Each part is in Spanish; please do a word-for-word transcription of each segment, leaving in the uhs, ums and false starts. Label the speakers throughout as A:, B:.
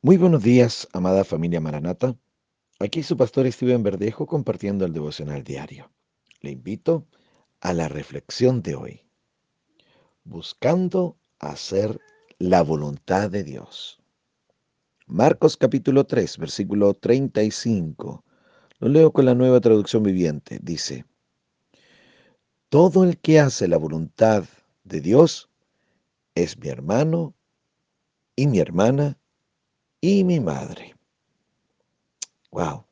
A: Muy buenos días, amada familia Maranata. Aquí su pastor Steven Verdejo compartiendo el devocional diario. Le invito a la reflexión de hoy, buscando hacer la voluntad de Dios. Marcos capítulo tres, versículo treinta y cinco. Lo leo con la nueva traducción viviente. Dice, todo el que hace la voluntad de Dios es mi hermano y mi hermana y mi madre. Wow.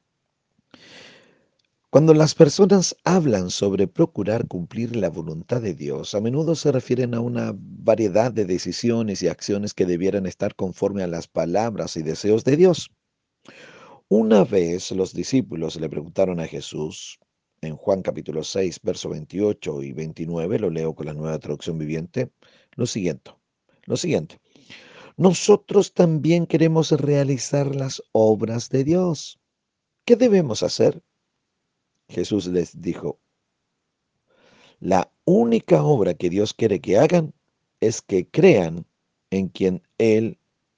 A: Cuando las personas hablan sobre procurar cumplir la voluntad de Dios, a menudo se refieren a una variedad de decisiones y acciones que debieran estar conforme a las palabras y deseos de Dios. Una vez los discípulos le preguntaron a Jesús, en Juan capítulo seis, verso veintiocho y veintinueve, lo leo con la nueva traducción viviente, lo siguiente, lo siguiente, nosotros también queremos realizar las obras de Dios. ¿Qué debemos hacer? Jesús les dijo, la única obra que Dios quiere que hagan es que crean en quien Él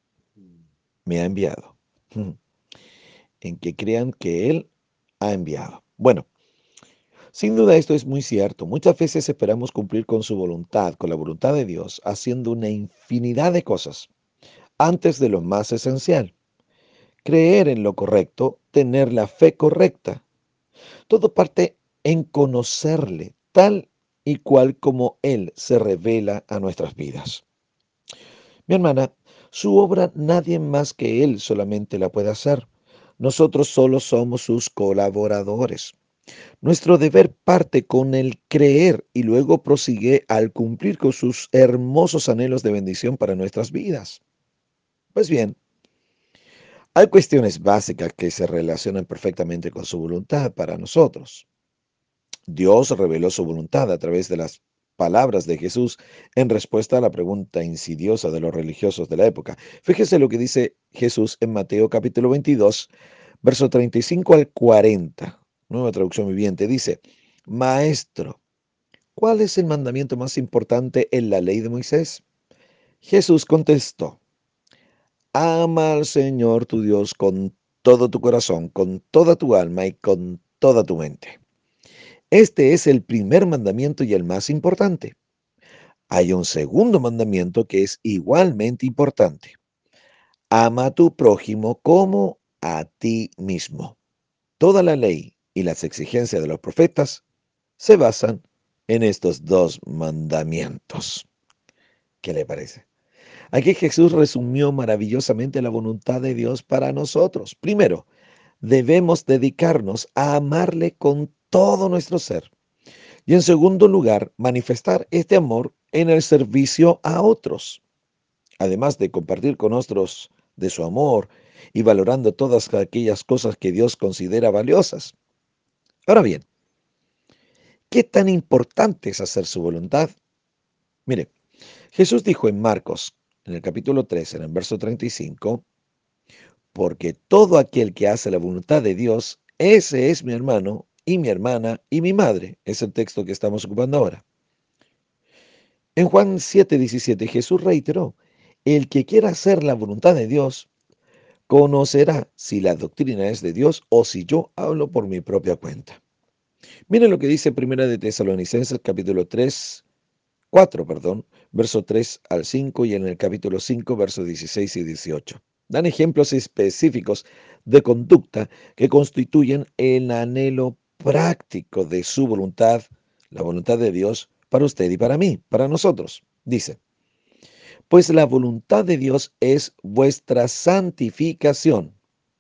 A: me ha enviado. Mm, En que crean que Él ha enviado. Bueno, sin duda esto es muy cierto. Muchas veces esperamos cumplir con su voluntad, con la voluntad de Dios, haciendo una infinidad de cosas antes de lo más esencial. Creer en lo correcto, tener la fe correcta. Todo parte en conocerle tal y cual como Él se revela a nuestras vidas. Mi hermana, su obra nadie más que Él solamente la puede hacer. Nosotros solo somos sus colaboradores. Nuestro deber parte con el creer y luego prosigue al cumplir con sus hermosos anhelos de bendición para nuestras vidas. Pues bien, hay cuestiones básicas que se relacionan perfectamente con su voluntad para nosotros. Dios reveló su voluntad a través de las palabras de Jesús en respuesta a la pregunta insidiosa de los religiosos de la época. Fíjese lo que dice Jesús en Mateo capítulo veintidós, verso treinta y cinco al cuarenta. Nueva traducción viviente dice, Maestro, ¿cuál es el mandamiento más importante en la ley de Moisés? Jesús contestó, ama al Señor tu Dios con todo tu corazón, con toda tu alma y con toda tu mente. Este es el primer mandamiento y el más importante. Hay un segundo mandamiento que es igualmente importante. Ama a tu prójimo como a ti mismo. Toda la ley y las exigencias de los profetas se basan en estos dos mandamientos. ¿Qué le parece? Aquí Jesús resumió maravillosamente la voluntad de Dios para nosotros. Primero, debemos dedicarnos a amarle con todo nuestro ser. Y en segundo lugar, manifestar este amor en el servicio a otros, además de compartir con otros de su amor y valorando todas aquellas cosas que Dios considera valiosas. Ahora bien, ¿qué tan importante es hacer su voluntad? Mire, Jesús dijo en Marcos, en el capítulo tres, en el verso treinta y cinco, porque todo aquel que hace la voluntad de Dios, ese es mi hermano y mi hermana y mi madre. Es el texto que estamos ocupando ahora. En Juan siete diecisiete Jesús reiteró, el que quiera hacer la voluntad de Dios, conocerá si la doctrina es de Dios o si yo hablo por mi propia cuenta. Miren lo que dice Primera de Tesalonicenses capítulo tres, cuatro, perdón, verso tres al cinco y en el capítulo cinco, versos dieciséis y dieciocho. Dan ejemplos específicos de conducta que constituyen el anhelo práctico de su voluntad, la voluntad de Dios para usted y para mí, para nosotros. Dice, pues la voluntad de Dios es vuestra santificación,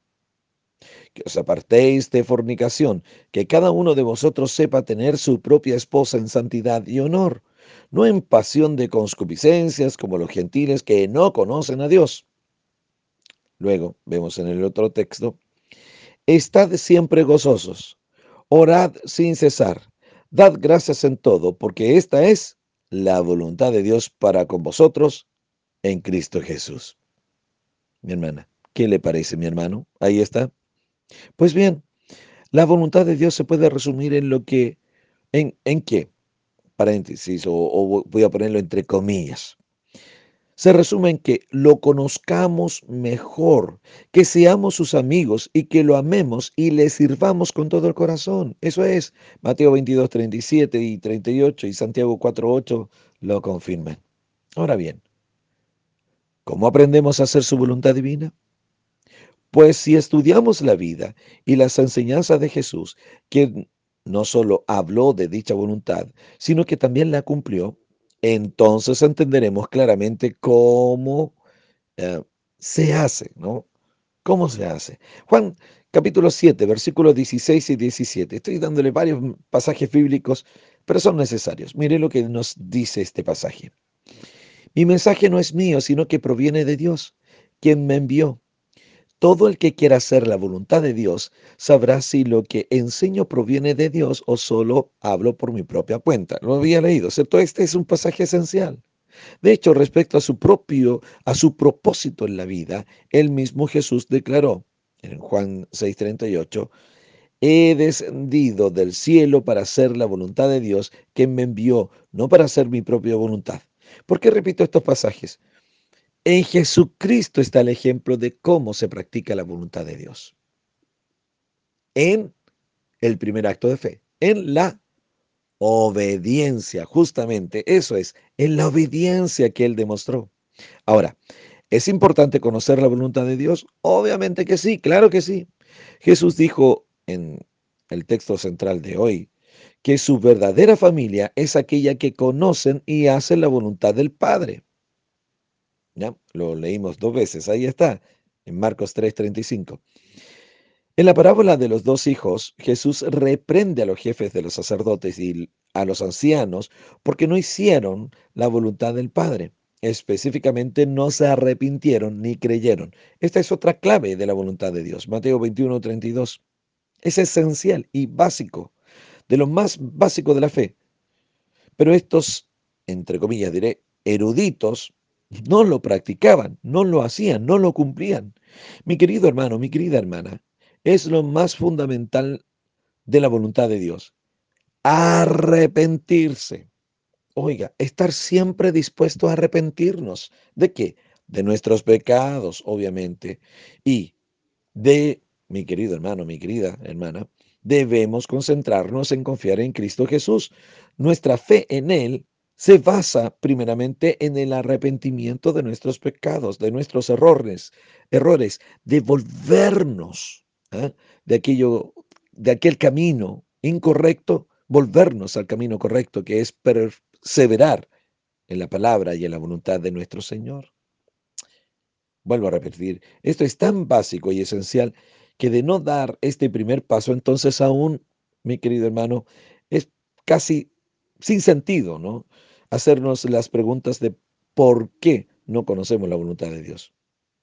A: que os apartéis de fornicación, que cada uno de vosotros sepa tener su propia esposa en santidad y honor, no en pasión de concupiscencias como los gentiles que no conocen a Dios. Luego vemos en el otro texto, estad siempre gozosos, orad sin cesar, dad gracias en todo, porque esta es la voluntad de Dios para con vosotros en Cristo Jesús. Mi hermana, ¿qué le parece, mi hermano? Ahí está. Pues bien, la voluntad de Dios se puede resumir en lo que, ¿en, en qué? Paréntesis, o, o voy a ponerlo entre comillas. se resume en que lo conozcamos mejor, que seamos sus amigos y que lo amemos y le sirvamos con todo el corazón. Eso es Mateo veintidós, treinta y siete y treinta y ocho y Santiago cuatro, ocho lo confirman. Ahora bien, ¿cómo aprendemos a hacer su voluntad divina? Pues si estudiamos la vida y las enseñanzas de Jesús, quien no solo habló de dicha voluntad, sino que también la cumplió, entonces entenderemos claramente cómo eh, se hace, ¿no? ¿Cómo se hace? Juan capítulo siete, versículos dieciséis y diecisiete. Estoy dándole varios pasajes bíblicos, pero son necesarios. Mire lo que nos dice este pasaje. Mi mensaje no es mío, sino que proviene de Dios, quien me envió. Todo el que quiera hacer la voluntad de Dios sabrá si lo que enseño proviene de Dios o solo hablo por mi propia cuenta. Lo había leído, ¿cierto? Este es un pasaje esencial. De hecho, respecto a su propio, a su propósito en la vida, el mismo Jesús declaró en Juan seis treinta y ocho, he descendido del cielo para hacer la voluntad de Dios que me envió, no para hacer mi propia voluntad. ¿Por qué repito estos pasajes? En Jesucristo está el ejemplo de cómo se practica la voluntad de Dios. En el primer acto de fe, en la obediencia, justamente eso es, en la obediencia que Él demostró. Ahora, ¿es importante conocer la voluntad de Dios? Obviamente que sí, claro que sí. Jesús dijo en el texto central de hoy que su verdadera familia es aquella que conocen y hacen la voluntad del Padre. ¿Ya? Lo leímos dos veces, ahí está, en Marcos tres treinta y cinco. En la parábola de los dos hijos, Jesús reprende a los jefes de los sacerdotes y a los ancianos porque no hicieron la voluntad del Padre. Específicamente, no se arrepintieron ni creyeron. Esta es otra clave de la voluntad de Dios. Mateo veintiuno treinta y dos. Es esencial y básico, de lo más básico de la fe. Pero estos, entre comillas diré, eruditos, no lo practicaban, no lo hacían, no lo cumplían. Mi querido hermano, mi querida hermana, es lo más fundamental de la voluntad de Dios. Arrepentirse. Oiga, estar siempre dispuesto a arrepentirnos. ¿De qué? De nuestros pecados, obviamente. Y de, mi querido hermano, mi querida hermana, debemos concentrarnos en confiar en Cristo Jesús. Nuestra fe en Él se basa primeramente en el arrepentimiento de nuestros pecados, de nuestros errores, errores, de volvernos ¿eh? de aquello, de aquel camino incorrecto, volvernos al camino correcto, que es perseverar en la palabra y en la voluntad de nuestro Señor. Vuelvo a repetir, esto es tan básico y esencial que de no dar este primer paso, entonces aún, mi querido hermano, es casi sin sentido, ¿no? Hacernos las preguntas de por qué no conocemos la voluntad de Dios.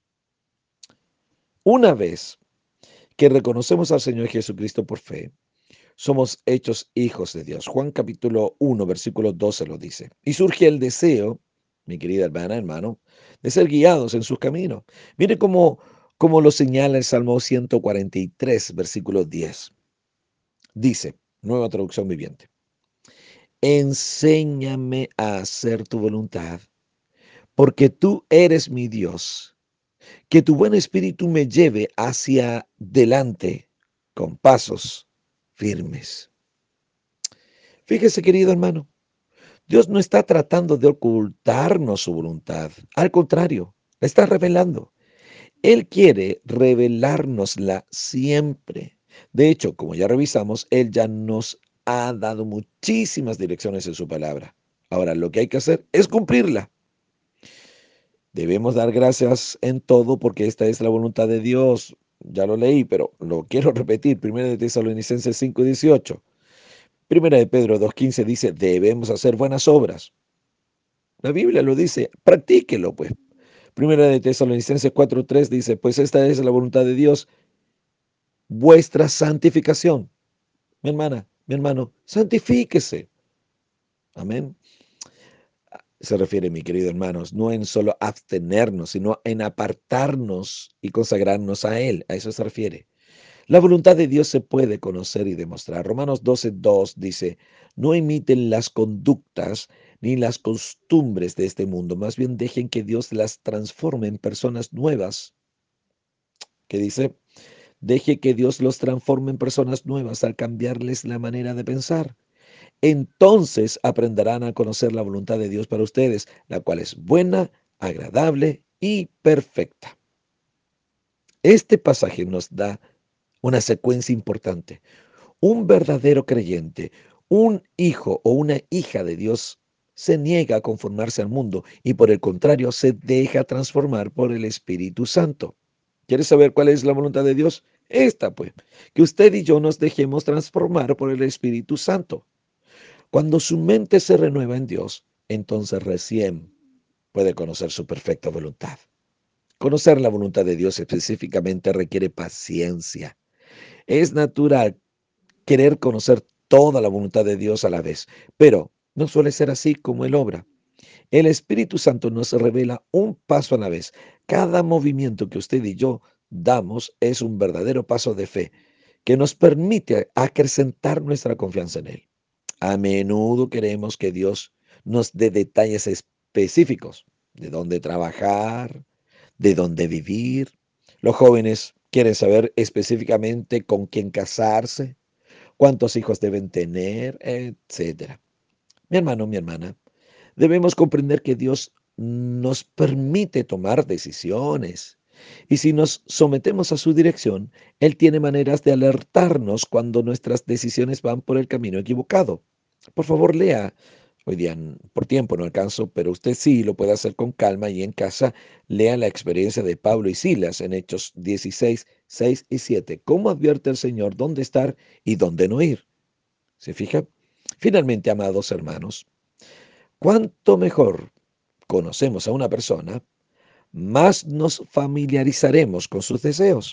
A: Una vez que reconocemos al Señor Jesucristo por fe, somos hechos hijos de Dios. Juan capítulo uno, versículo doce lo dice. Y surge el deseo, mi querida hermana, hermano, de ser guiados en sus caminos. Mire cómo, cómo lo señala el Salmo ciento cuarenta y tres, versículo diez. Dice, nueva traducción viviente, enséñame a hacer tu voluntad, porque tú eres mi Dios. Que tu buen espíritu me lleve hacia delante con pasos firmes. Fíjese, querido hermano, Dios no está tratando de ocultarnos su voluntad. Al contrario, la está revelando. Él quiere revelárnosla siempre. De hecho, como ya revisamos, Él ya nos ha dado muchísimas direcciones en su palabra. Ahora, lo que hay que hacer es cumplirla. Debemos dar gracias en todo porque esta es la voluntad de Dios. Ya lo leí, pero lo quiero repetir. Primera de Tesalonicenses cinco dieciocho. Primera de Pedro dos quince dice, debemos hacer buenas obras. La Biblia lo dice, practíquelo pues. Primera de Tesalonicenses cuatro tres dice, pues esta es la voluntad de Dios, vuestra santificación. Mi hermana, mi hermano, santifíquese. Amén. Se refiere, mi querido hermanos, no en solo abstenernos, sino en apartarnos y consagrarnos a Él. A eso se refiere. La voluntad de Dios se puede conocer y demostrar. Romanos doce dos dice, no imiten las conductas ni las costumbres de este mundo. Más bien dejen que Dios las transforme en personas nuevas. Que dice, deje que Dios los transforme en personas nuevas al cambiarles la manera de pensar. Entonces aprenderán a conocer la voluntad de Dios para ustedes, la cual es buena, agradable y perfecta. Este pasaje nos da una secuencia importante. Un verdadero creyente, un hijo o una hija de Dios, se niega a conformarse al mundo y por el contrario se deja transformar por el Espíritu Santo. ¿Quieres saber cuál es la voluntad de Dios? Esta, pues, que usted y yo nos dejemos transformar por el Espíritu Santo. Cuando su mente se renueva en Dios, entonces recién puede conocer su perfecta voluntad. Conocer la voluntad de Dios específicamente requiere paciencia. Es natural querer conocer toda la voluntad de Dios a la vez, pero no suele ser así como Él obra. El Espíritu Santo nos revela un paso a la vez. Cada movimiento que usted y yo damos es un verdadero paso de fe que nos permite acrecentar nuestra confianza en Él. A menudo queremos que Dios nos dé detalles específicos de dónde trabajar, de dónde vivir. Los jóvenes quieren saber específicamente con quién casarse, cuántos hijos deben tener, etcétera. Mi hermano, mi hermana, debemos comprender que Dios nos permite tomar decisiones. Y si nos sometemos a su dirección, Él tiene maneras de alertarnos cuando nuestras decisiones van por el camino equivocado. Por favor, lea. Hoy día n- por tiempo no alcanzo, pero usted sí lo puede hacer con calma y en casa lea la experiencia de Pablo y Silas en Hechos dieciséis, seis y siete. ¿Cómo advierte el Señor dónde estar y dónde no ir? ¿Se fija? Finalmente, amados hermanos, cuanto mejor conocemos a una persona, más nos familiarizaremos con sus deseos.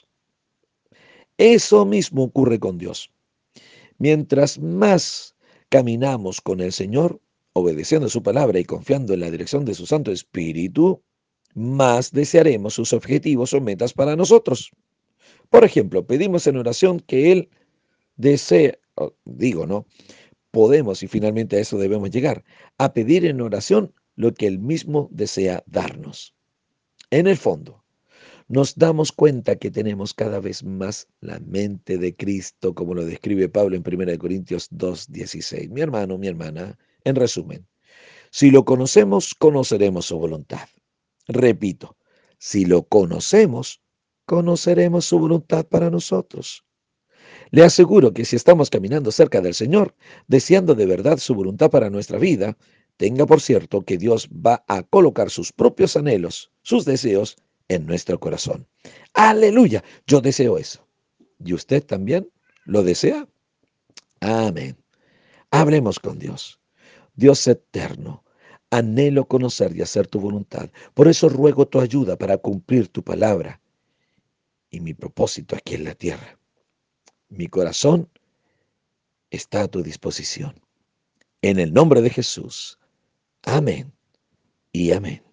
A: Eso mismo ocurre con Dios. Mientras más caminamos con el Señor, obedeciendo su palabra y confiando en la dirección de su Santo Espíritu, más desearemos sus objetivos o metas para nosotros. Por ejemplo, pedimos en oración que Él desee, o digo, ¿no? Podemos y finalmente a eso debemos llegar, a pedir en oración lo que Él mismo desea darnos. En el fondo, nos damos cuenta que tenemos cada vez más la mente de Cristo, como lo describe Pablo en primera de Corintios dos dieciséis. Mi hermano, mi hermana, en resumen, si lo conocemos, conoceremos su voluntad. Repito, si lo conocemos, conoceremos su voluntad para nosotros. Le aseguro que si estamos caminando cerca del Señor, deseando de verdad su voluntad para nuestra vida, tenga por cierto que Dios va a colocar sus propios anhelos, sus deseos en nuestro corazón. Aleluya, yo deseo eso. ¿Y usted también lo desea? Amén. Hablemos con Dios. Dios eterno, anhelo conocer y hacer tu voluntad. Por eso ruego tu ayuda para cumplir tu palabra y mi propósito aquí en la tierra. Mi corazón está a tu disposición. En el nombre de Jesús. Amén y amén.